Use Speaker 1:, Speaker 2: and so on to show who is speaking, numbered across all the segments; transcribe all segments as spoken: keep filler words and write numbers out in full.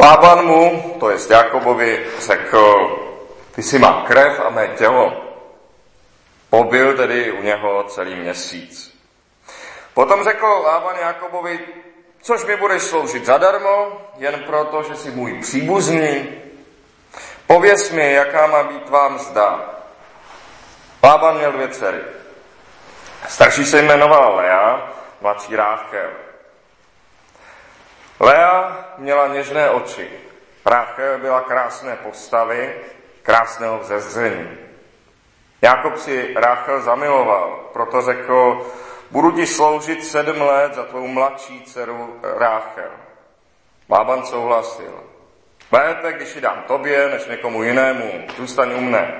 Speaker 1: Lában mu, to jest Jakobovi, řekl, ty jsi má krev a mé tělo. Pobyl tedy u něho celý měsíc. Potom řekl Lában Jakobovi, což mi budeš sloužit zadarmo, jen proto, že jsi můj příbuzný. Pověz mi, jaká má být tvá mzda. Lában měl dvě dcery. Starší se jmenovala Lea, mladší Ráchel. Lea měla něžné oči. Ráchel byla krásné postavy, krásného vzezření. Jákob si Ráchel zamiloval, proto řekl, budu ti sloužit sedm let za tvou mladší dceru Ráchel. Lában souhlasil. Lépe, když ji dám tobě, než někomu jinému, zůstaň u mne.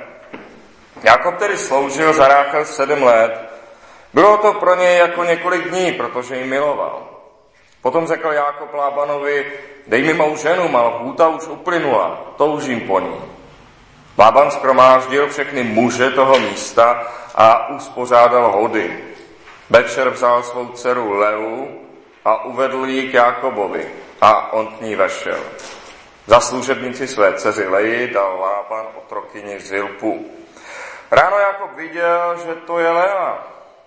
Speaker 1: Jákob tedy sloužil za Ráchel sedm let. Bylo to pro něj jako několik dní, protože ji miloval. Potom řekl Jákob Lábanovi, dej mi mou ženu, má lhůta už uplynula, toužím po ní. Lában shromáždil všechny muže toho místa a uspořádal hody. Večer vzal svou dceru Leu a uvedl ji k Jákobovi a on k ní vešel. Za služebnici své dceři Leji dal Lában otrokyni Zilpu. Ráno Jákob viděl, že to je Lea.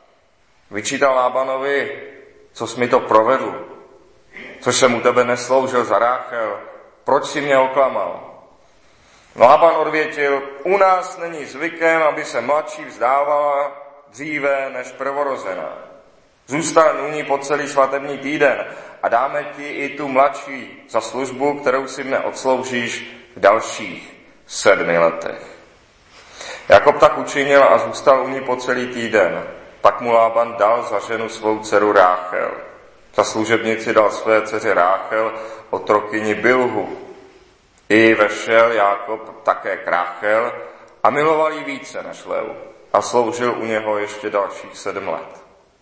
Speaker 1: Vyčítal Lábanovi, co jsi mi to provedl, což jsem u tebe nesloužil za Ráchel, proč jsi mě oklamal? Lában odvětil, u nás není zvykem, aby se mladší vzdávala dříve než prvorozená. Zůstaň u ní po celý svatební týden a dáme ti i tu mladší za službu, kterou si mne odsloužíš v dalších sedmi letech. Jakob tak učinil a zůstal u ní po celý týden. Pak mu Lában dal za ženu svou dceru Ráchel. Za služebnici dal své dceři Ráchel otrokyni Bilhu. I vešel Jákob také k Ráchel a miloval ji více než Leu a sloužil u něho ještě dalších sedm let.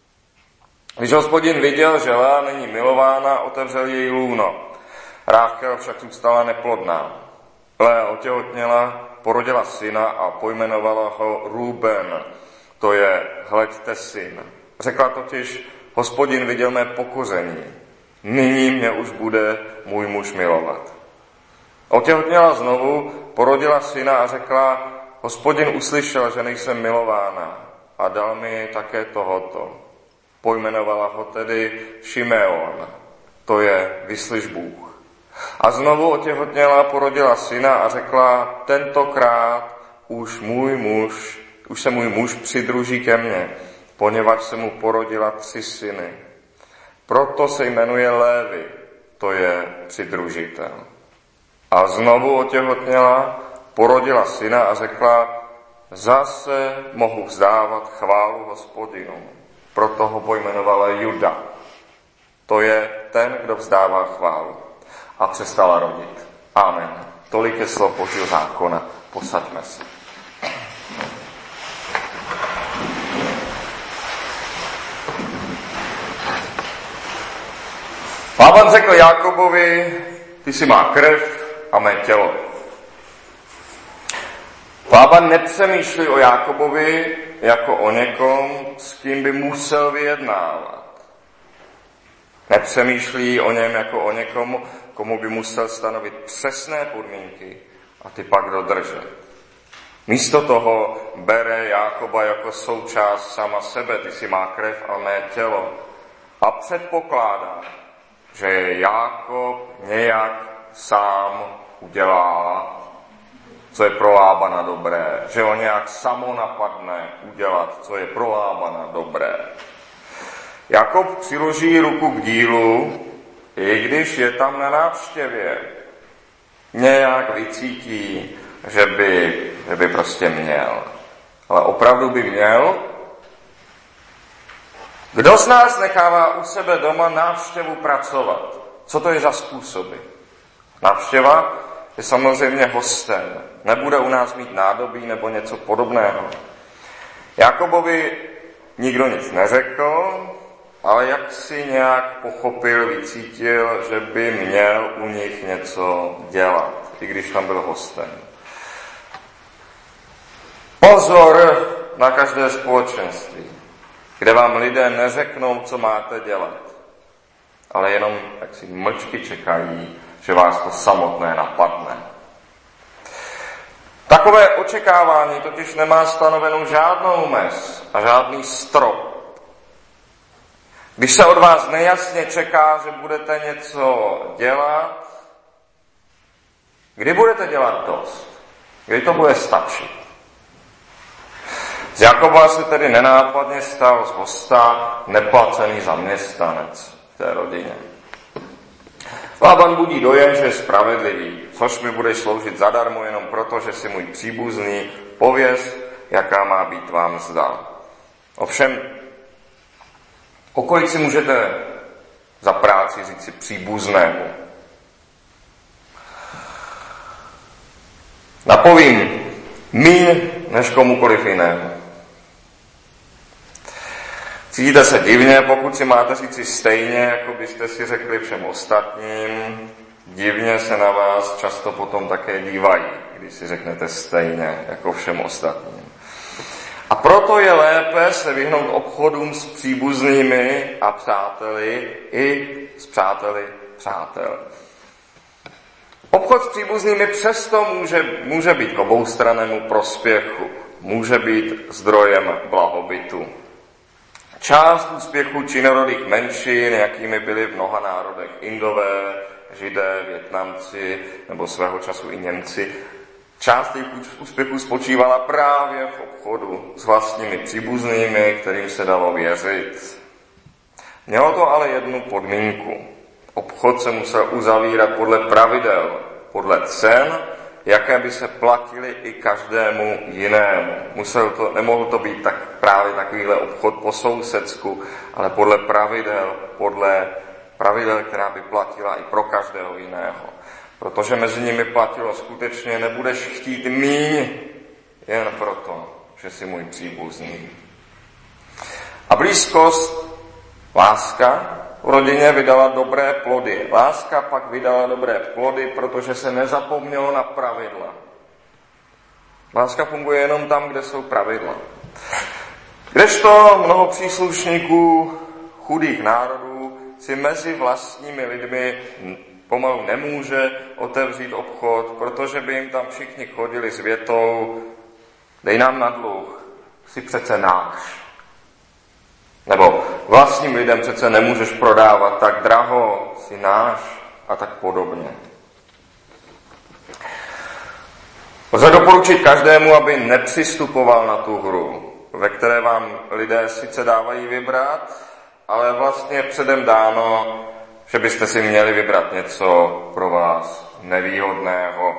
Speaker 1: Když Hospodin viděl, že Lea není milována, otevřel její lůno. Ráchel však zůstala neplodná. Lea otěhotněla, porodila syna a pojmenovala ho Rúben, to je hleďte syn. Řekla totiž, Hospodin viděl mé pokoření, nyní mě už bude můj muž milovat. Otěhotněla znovu, porodila syna a řekla, Hospodin uslyšel, že nejsem milována a dal mi také tohoto. Pojmenovala ho tedy Šimeon, to je vyslyš Bůh. A znovu otěhotněla, porodila syna a řekla, tentokrát už můj muž, už se můj muž přidruží ke mně, poněvadž se mu porodila tři syny. Proto se jmenuje Lévi, to je přidružitel. A znovu otěhotněla, porodila syna a řekla, zase mohu vzdávat chválu Hospodinu. Proto ho pojmenovala Juda. To je ten, kdo vzdává chválu. A přestala rodit. Amen. Tolik je slov Božího zákona. Posaďme se. Lában řekl Jákobovi, ty jsi má krev a mé tělo. Lában nepřemýšlí o Jákobovi jako o někom, s kým by musel vyjednávat. Nepřemýšlí o něm jako o někomu, komu by musel stanovit přesné podmínky a ty pak dodržet. Místo toho bere Jákoba jako součást sama sebe, ty jsi má krev a mé tělo. A předpokládá, že Jákob nějak sám udělá, co je pro Lábana dobré. Že ho nějak samo napadne udělat, co je pro Lábana dobré. Jákob přiloží ruku k dílu, i když je tam na návštěvě. Nějak vycítí, že by, že by prostě měl. Ale opravdu by měl. Kdo z nás nechává u sebe doma návštěvu pracovat? Co to je za způsoby? Návštěva je samozřejmě hostem. Nebude u nás mít nádobí nebo něco podobného. Jákobovi nikdo nic neřekl, ale jak si nějak pochopil, vycítil, že by měl u nich něco dělat, i když tam byl hostem. Pozor na každé společenství, kde vám lidé neřeknou, co máte dělat, ale jenom tak si mlčky čekají, že vás to samotné napadne. Takové očekávání totiž nemá stanovenou žádnou mez a žádný strop. Když se od vás nejasně čeká, že budete něco dělat, kdy budete dělat dost? Kdy to bude stačit? Z Jakoba se tedy nenápadně stal z hosta neplacený zaměstnanec v té rodině. Lában budí dojem, že je spravedlivý, což mi budeš sloužit zadarmo jenom proto, že jsi můj příbuzný, pověz, jaká má být tvá mzda. Ovšem, o kolik si můžete za práci říct si příbuznému? Napovím míň než komukoliv jinému. Cítíte se divně, pokud si máte říci stejně, jako byste si řekli všem ostatním. Divně se na vás často potom také dívají, když si řeknete stejně, jako všem ostatním. A proto je lépe se vyhnout obchodům s příbuznými a přáteli i s přáteli přátel. Obchod s příbuznými přesto může, může být k oboustrannému prospěchu, může být zdrojem blahobytu. Část úspěchu činorodých menšin, jakými byly v mnoha národech Indové, Židé, Vietnamci nebo svého času i Němci, část jejich úspěchu spočívala právě v obchodu s vlastními příbuznými, kterým se dalo věřit. Mělo to ale jednu podmínku. Obchod se musel uzavírat podle pravidel, podle cen, jaké by se platily i každému jinému. Musel to, nemohl to být tak právě takovýhle obchod po sousedsku, ale podle pravidel, podle pravidel, která by platila i pro každého jiného. Protože mezi nimi platilo skutečně, nebudeš chtít míň, jen proto, že jsi můj příbuzný. A blízkost, láska v rodině vydala dobré plody. Láska pak vydala dobré plody, protože se nezapomnělo na pravidla. Láska funguje jenom tam, kde jsou pravidla. Kdežto mnoho příslušníků chudých národů si mezi vlastními lidmi pomalu nemůže otevřít obchod, protože by jim tam všichni chodili s větou: dej nám na dluh, si přece náš. Nebo vlastním lidem přece nemůžeš prodávat tak draho, si náš a tak podobně. Lze doporučit každému, aby nepřistupoval na tu hru, ve které vám lidé sice dávají vybrat, ale vlastně předem dáno, že byste si měli vybrat něco pro vás nevýhodného.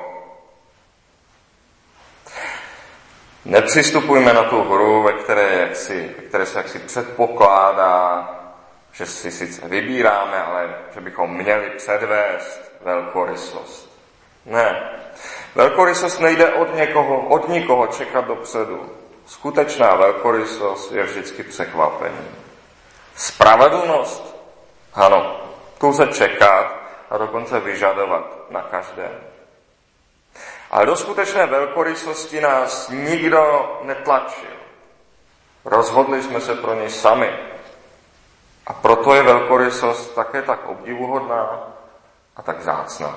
Speaker 1: Nepřistupujme na tu hru, ve které, jaksi, ve které se jaksi předpokládá, že si sice vybíráme, ale že bychom měli předvést velkorysost. Ne. Velkorysost nejde od někoho, od nikoho čekat dopředu. Skutečná velkorysost je vždycky překvapení. Spravedlnost? Ano, tu se čekat a dokonce vyžadovat na každém. Ale do skutečné velkorysosti nás nikdo netlačil. Rozhodli jsme se pro něj sami. A proto je velkorysost také tak obdivuhodná a tak vzácná.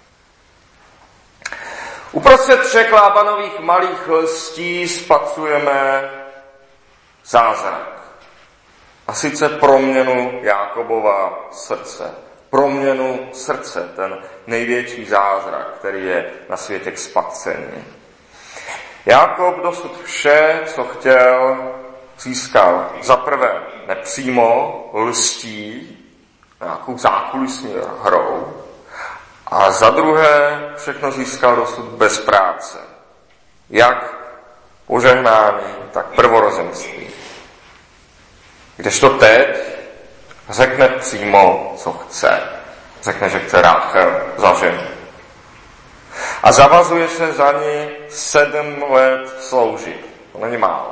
Speaker 1: Uprostřed všech Lábanových malých lstí spatřujeme zázrak. A sice proměnu Jákobova srdce. Proměnu srdce, ten největší zázrak, který je na světě k spasení. Jákob dosud vše, co chtěl, získal za prvé nepřímo, lstí, nějakou zákulisní hrou, a za druhé všechno získal dosud bez práce. Jak požehnání, tak prvorozenství. Kdežto teď řekne přímo, co chce. Řekne, že chce Ráchel za ženu. A zavazuje se za ní sedm let sloužit. To není málo.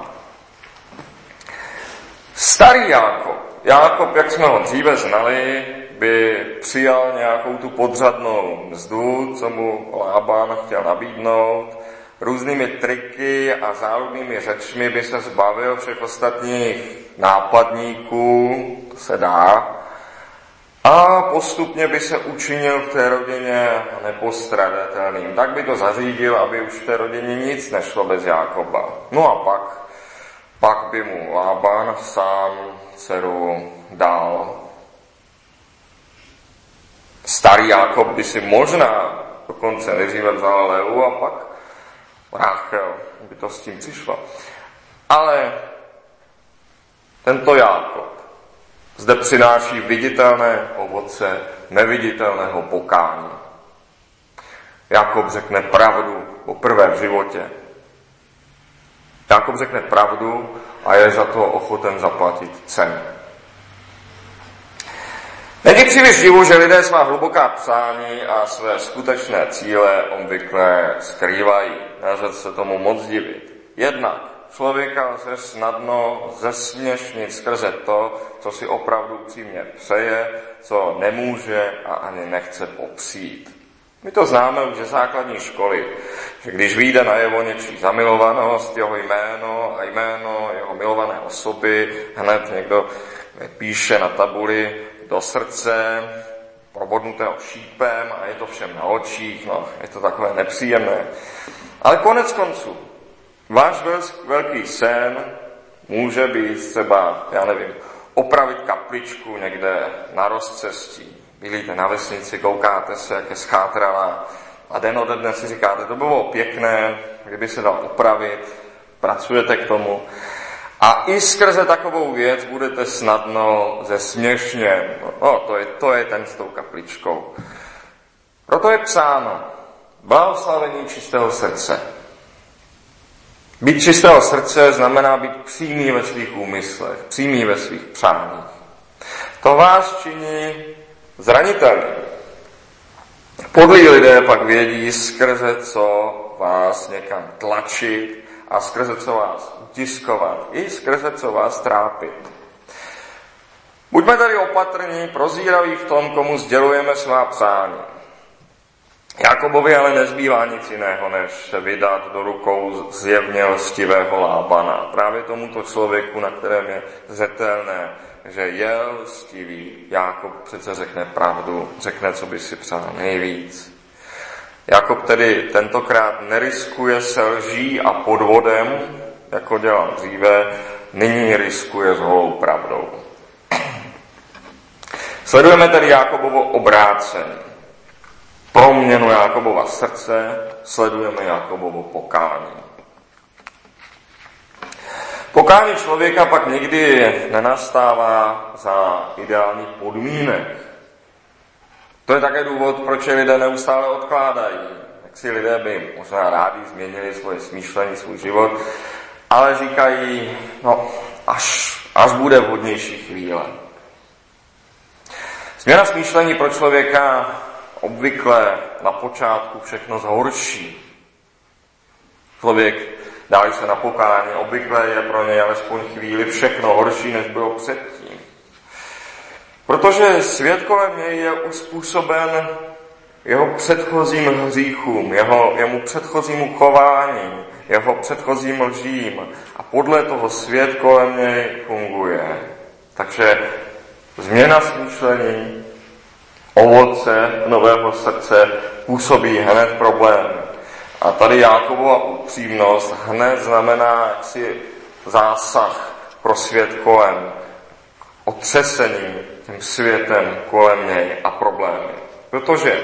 Speaker 1: Starý Jákob, Jákob, jak jsme ho dříve znali, by přijal nějakou tu podřadnou mzdu, co mu Lában chtěl nabídnout. Různými triky a záludnými řečmi by se zbavil všech ostatních nápadníků, to se dá, a postupně by se učinil v té rodině nepostradatelným. Tak by to zařídil, aby už v té rodině nic nešlo bez Jákoba. No a pak, pak by mu Lában sám dceru dal. Starý Jákob by si možná dokonce nejdříve vzal Leu a pak Ráchel by to s tím přišlo. Ale tento Jákob zde přináší viditelné ovoce neviditelného pokání. Jákob řekne pravdu poprvé v životě. Jákob řekne pravdu a je za to ochoten zaplatit cenu. Není příliš divu, že lidé svá hluboká přání a své skutečné cíle obvykle skrývají. Nelze se tomu moc divit. Jednak člověka lze snadno zesměšnit skrze to, co si opravdu upřímně přeje, co nemůže a ani nechce popřít. My to známe už ze základní školy, že když vyjde najevo něčí zamilovanost, jeho jméno a jméno jeho milované osoby, hned někdo píše na tabuli do srdce, probodnutého šípem a je to všem na očích, no, je to takové nepříjemné. Ale konec konců, váš velký sen může být třeba, já nevím, opravit kapličku někde na rozcestí. Bydlíte na vesnici, koukáte se, jak je schátralá a den ode dne si říkáte, to bylo pěkné, kdyby se dal opravit, pracujete k tomu. A i skrze takovou věc budete snadno zesměšněn. No, to je, to je ten s tou kapličkou. Proto je psáno, blahoslavení čistého srdce. Být čistého srdce znamená být přímý ve svých úmyslech, přímý ve svých přáních. To vás činí zranitelný. Podlí lidé pak vědí, skrze co vás někam tlačit a skrze co vás utiskovat, i skrze co vás trápit. Buďme tady opatrní, prozíraví v tom, komu sdělujeme svá přání. Jakobovi ale nezbývá nic jiného, než se vydat do rukou zjevně lstivého Lábana. Právě tomuto člověku, na kterém je zřetelné, že je lstivý, Jákob přece řekne pravdu, řekne, co by si přál nejvíc. Jákob tedy tentokrát neriskuje se lží a podvodem, jako dělal dříve, nyní riskuje s holou pravdou. Sledujeme tedy Jákobovo obrácení. Proměnu Jákobova srdce, sledujeme Jákobovo pokání. Pokání člověka pak nikdy nenastává za ideálních podmínek. To je také důvod, proč lidé neustále odkládají. Jak si lidé by možná rádi změnili svoje smýšlení, svůj život, ale říkají, no, až, až bude vhodnější chvíle. Změna smýšlení pro člověka obvykle na počátku všechno zhorší. Člověk dá se na pokání, obvykle je pro něj alespoň chvíli všechno horší, než bylo předtím. Protože svět kolem něj je uspůsoben jeho předchozím hříchům, jeho, jemu předchozímu chování, jeho předchozím lžím a podle toho svět kolem něj funguje. Takže změna smýšlení, ovoce nového srdce působí hned problém. A tady Jákobova upřímnost hned znamená jaksi zásah pro svět kolem, otřesení tím světem kolem něj a problémy. Protože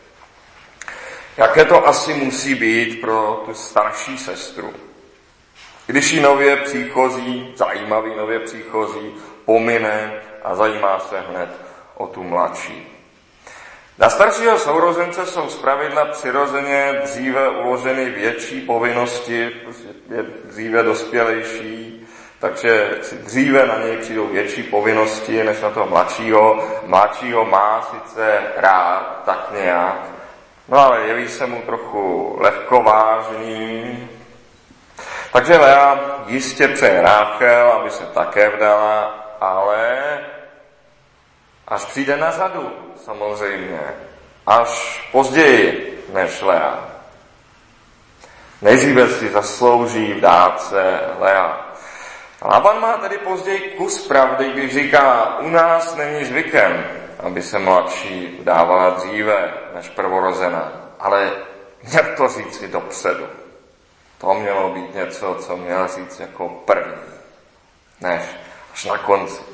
Speaker 1: jaké to asi musí být pro tu starší sestru, když jí nově příchozí, zajímavý nově příchozí, pomine a zajímá se hned o tu mladší. Na staršího sourozence jsou zpravidla přirozeně dříve uloženy větší povinnosti, je dříve dospělejší, takže dříve na něj přijdou větší povinnosti než na toho mladšího. Mladšího má sice rád, tak nějak, no ale jeví se mu trochu lehkovážný. Takže Lea jistě přeje Ráchel, aby se také vdala, ale až přijde na řadu, samozřejmě, až později než Lea. Nejdříve si zaslouží vdát se Lea. Laban má tedy později kus pravdy, když říká, u nás není zvykem, aby se mladší vdávala dříve než prvorozená, ale měl to říct si dopředu. To mělo být něco, co měl říct jako první, než až na konci.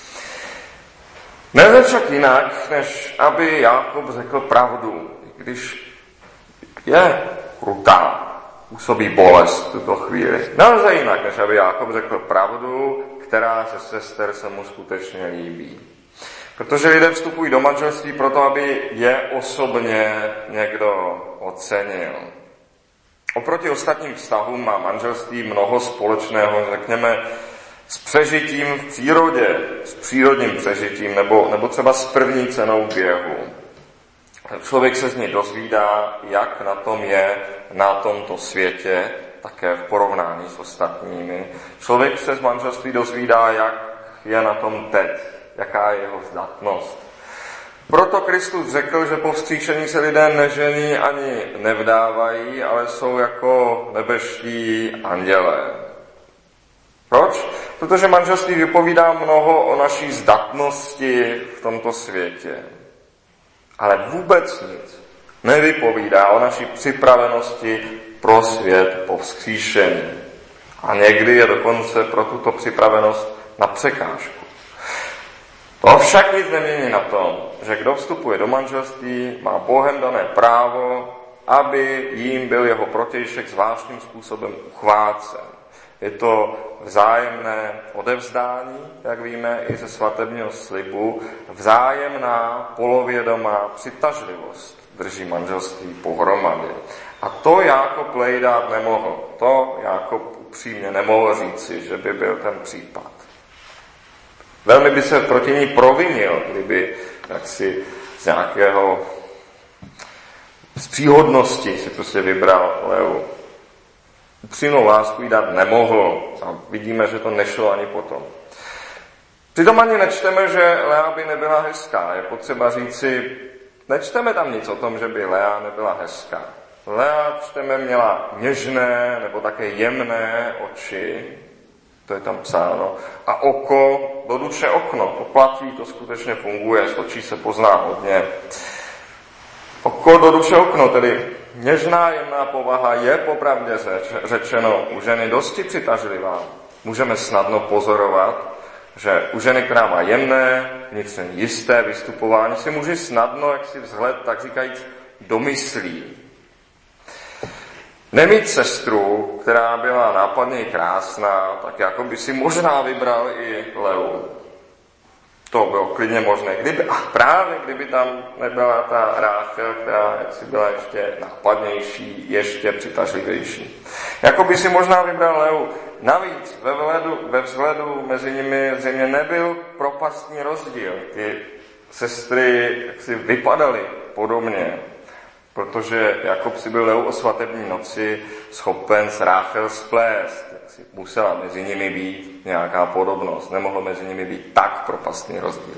Speaker 1: Nelze však jinak, než aby Jákob řekl pravdu, když je krutá, působí bolest v tuto chvíli. Nelze jinak, než aby Jákob řekl pravdu, která ze sester se mu skutečně líbí. Protože lidé vstupují do manželství proto, aby je osobně někdo ocenil. Oproti ostatním vztahům má manželství mnoho společného, řekněme, s přežitím v přírodě, s přírodním přežitím, nebo, nebo třeba s první cenou běhu. Člověk se z ní dozvídá, jak na tom je na tomto světě, také v porovnání s ostatními. Člověk se z manželství dozvídá, jak je na tom teď, jaká je jeho zdatnost. Proto Kristus řekl, že po vzkříšení se lidé nežení ani nevdávají, ale jsou jako nebešští andělé. Proč? Protože manželství vypovídá mnoho o naší zdatnosti v tomto světě. Ale vůbec nic nevypovídá o naší připravenosti pro svět po vzkříšení. A někdy je dokonce pro tuto připravenost na překážku. To však nic nemění na tom, že kdo vstupuje do manželství, má Bohem dané právo, aby jím byl jeho protějšek zvláštním způsobem uchvácen. Je to vzájemné odevzdání, jak víme i ze svatebního slibu, vzájemná polovědomá přitažlivost drží manželství pohromadě. A to Jákob lejdat nemohl. To Jákob upřímně nemohl říci, že by byl ten případ. Velmi by se proti ní provinil, kdyby jaksi z nějakého z příhodnosti si prostě vybral Leu. Upřímnou lásku jí dát nemohl a vidíme, že to nešlo ani potom. Přitom ani nečteme, že Lea by nebyla hezká. Je potřeba říci, nečteme tam nic o tom, že by Lea nebyla hezká. Lea, čteme, měla něžné nebo také jemné oči, to je tam psáno, a oko, do duše okno, to platí, to skutečně funguje, z očí se pozná hodně. Oko do duše okno, tedy něžná, jemná povaha je popravdě řečeno u ženy dosti přitažlivá. Můžeme snadno pozorovat, že u ženy, která má jemné, vnitřně jisté vystupování, si muži snadno, jak si vzhled, tak říkajíc, domyslí. Nemít sestru, která byla nápadně krásná, tak jako by si možná vybral i Leu. To bylo klidně možné. Kdyby, a právě kdyby tam nebyla ta Ráchel, která jaksi byla ještě nápadnější, ještě přitažlivější. Jako by si možná vybral Leu. Navíc ve, vledu, ve vzhledu mezi nimi zřejmě nebyl propastní rozdíl. Ty sestry jaksi vypadaly podobně, protože Jakob si byl Leu o svatební noci schopen s Ráchel splést. Musela mezi nimi být nějaká podobnost. Nemohlo mezi nimi být tak propastný rozdíl.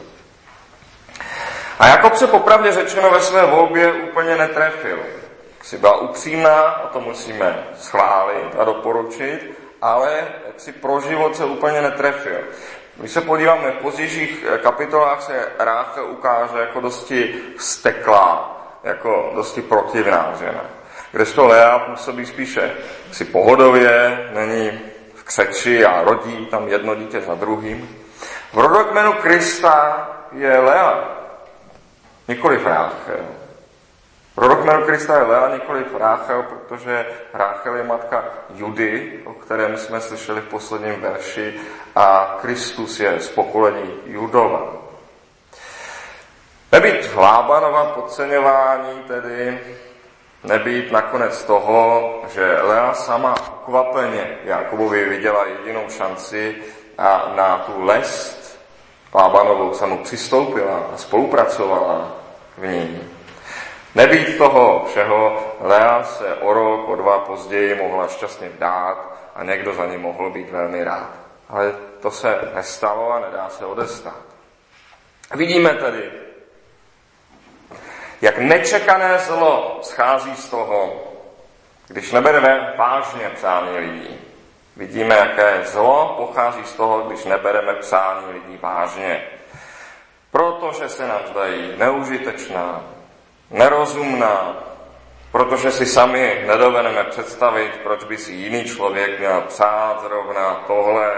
Speaker 1: A Jakob se popravdě řečeno ve své volbě úplně netrefil. Si byla upřímná, a to musíme schválit a doporučit, ale jak si pro život se úplně netrefil. Když se podíváme v pozdějších kapitolách, se Ráchel ukáže jako dosti vzteklá, jako dosti protivná žena. Kdežto Lea působí spíše si pohodově, není v křeči a rodí tam jedno dítě za druhým. V rodokmenu Krista je Lea, nikoliv Ráchel. V rodokmenu Krista je Lea, nikoliv Ráchel, protože Ráchel je matka Judy, o kterém jsme slyšeli v posledním verši, a Kristus je z pokolení Judova. Nebýt Lábanova podceňování tedy, nebýt nakonec toho, že Lea sama ukvapeně Jakobovi viděla jedinou šanci a na tu lest Lábanovou se mu přistoupila a spolupracovala v ní. Nebýt toho všeho, Lea se o rok, o dva později mohla šťastně vdát a někdo za ní mohl být velmi rád. Ale to se nestalo a nedá se odestát. Vidíme tedy, jak nečekané zlo schází z toho, když nebereme vážně přání lidí. Vidíme, jaké zlo pochází z toho, když nebereme přání lidí vážně. protože se nám zdají neužitečná, nerozumná, protože si sami nedovedeme představit, proč by si jiný člověk měl psát zrovna tohle.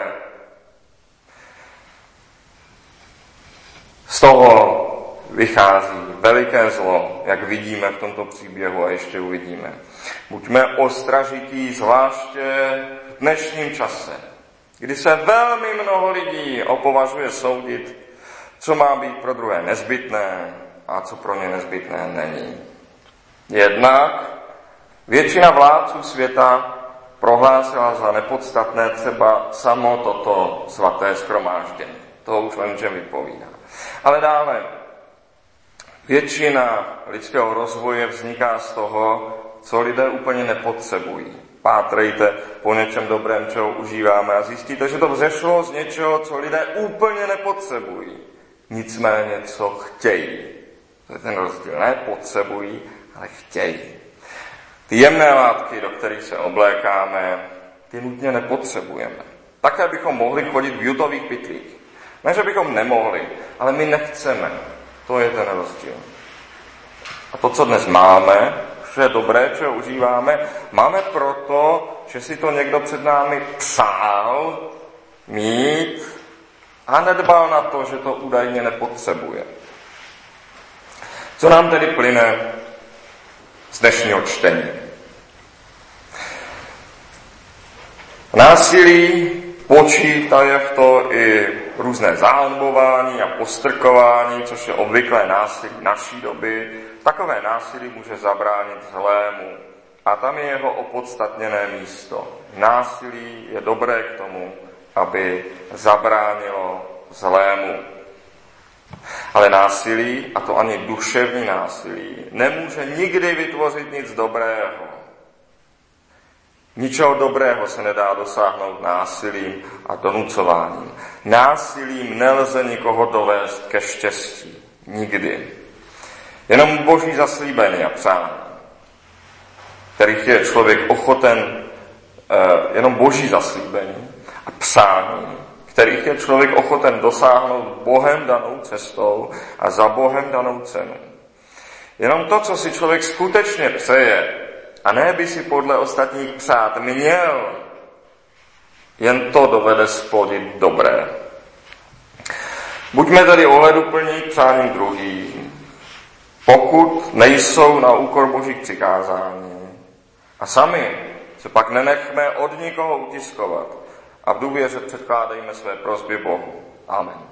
Speaker 1: Z toho vychází veliké zlo, jak vidíme v tomto příběhu a ještě uvidíme. Buďme ostražití, zvláště v dnešním čase, kdy se velmi mnoho lidí opovažuje soudit, co má být pro druhé nezbytné a co pro ně nezbytné není. Jednak většina vládců světa prohlásila za nepodstatné třeba samo toto svaté shromáždění. To už len čem vypovídá. Ale dále, většina lidského rozvoje vzniká z toho, co lidé úplně nepotřebují. Pátrejte po něčem dobrém, čeho užíváme a zjistíte, že to vzešlo z něčeho, co lidé úplně nepotřebují. Nicméně, co chtějí. To je ten rozdíl. Ne potřebují, ale chtějí. Ty jemné látky, do kterých se oblékáme, ty nutně nepotřebujeme. Také bychom mohli chodit v jutových pytlích. Ne, že bychom nemohli, ale my nechceme. To je ten rozdíl. A to, co dnes máme, co je dobré, co užíváme, máme proto, že si to někdo před námi přál mít a nedbal na to, že to údajně nepotřebuje. Co nám tedy plyne z dnešního čtení? Násilí počítaje v to i různé zahanbování a postrkování, což je obvyklé násilí naší doby. Takové násilí může zabránit zlému a tam je jeho opodstatněné místo. Násilí je dobré k tomu, aby zabránilo zlému. Ale násilí, a to ani duševní násilí, nemůže nikdy vytvořit nic dobrého. Ničeho dobrého se nedá dosáhnout násilím a donucováním. Násilím nelze nikoho dovést ke štěstí. Nikdy. Jenom boží zaslíbení a přání, kterých je člověk ochoten, eh, jenom boží zaslíbení a přání, kterých je člověk ochoten dosáhnout Bohem danou cestou a za Bohem danou cenu. Jenom to, co si člověk skutečně přeje, a ne by si podle ostatních přát měl, jen to dovede splodit dobré. Buďme tedy ohleduplní k přáním druhým, pokud nejsou na úkor božích přikázání. A sami se pak nenechme od nikoho utiskovat a v důvěře předkládejme své prosby Bohu. Amen.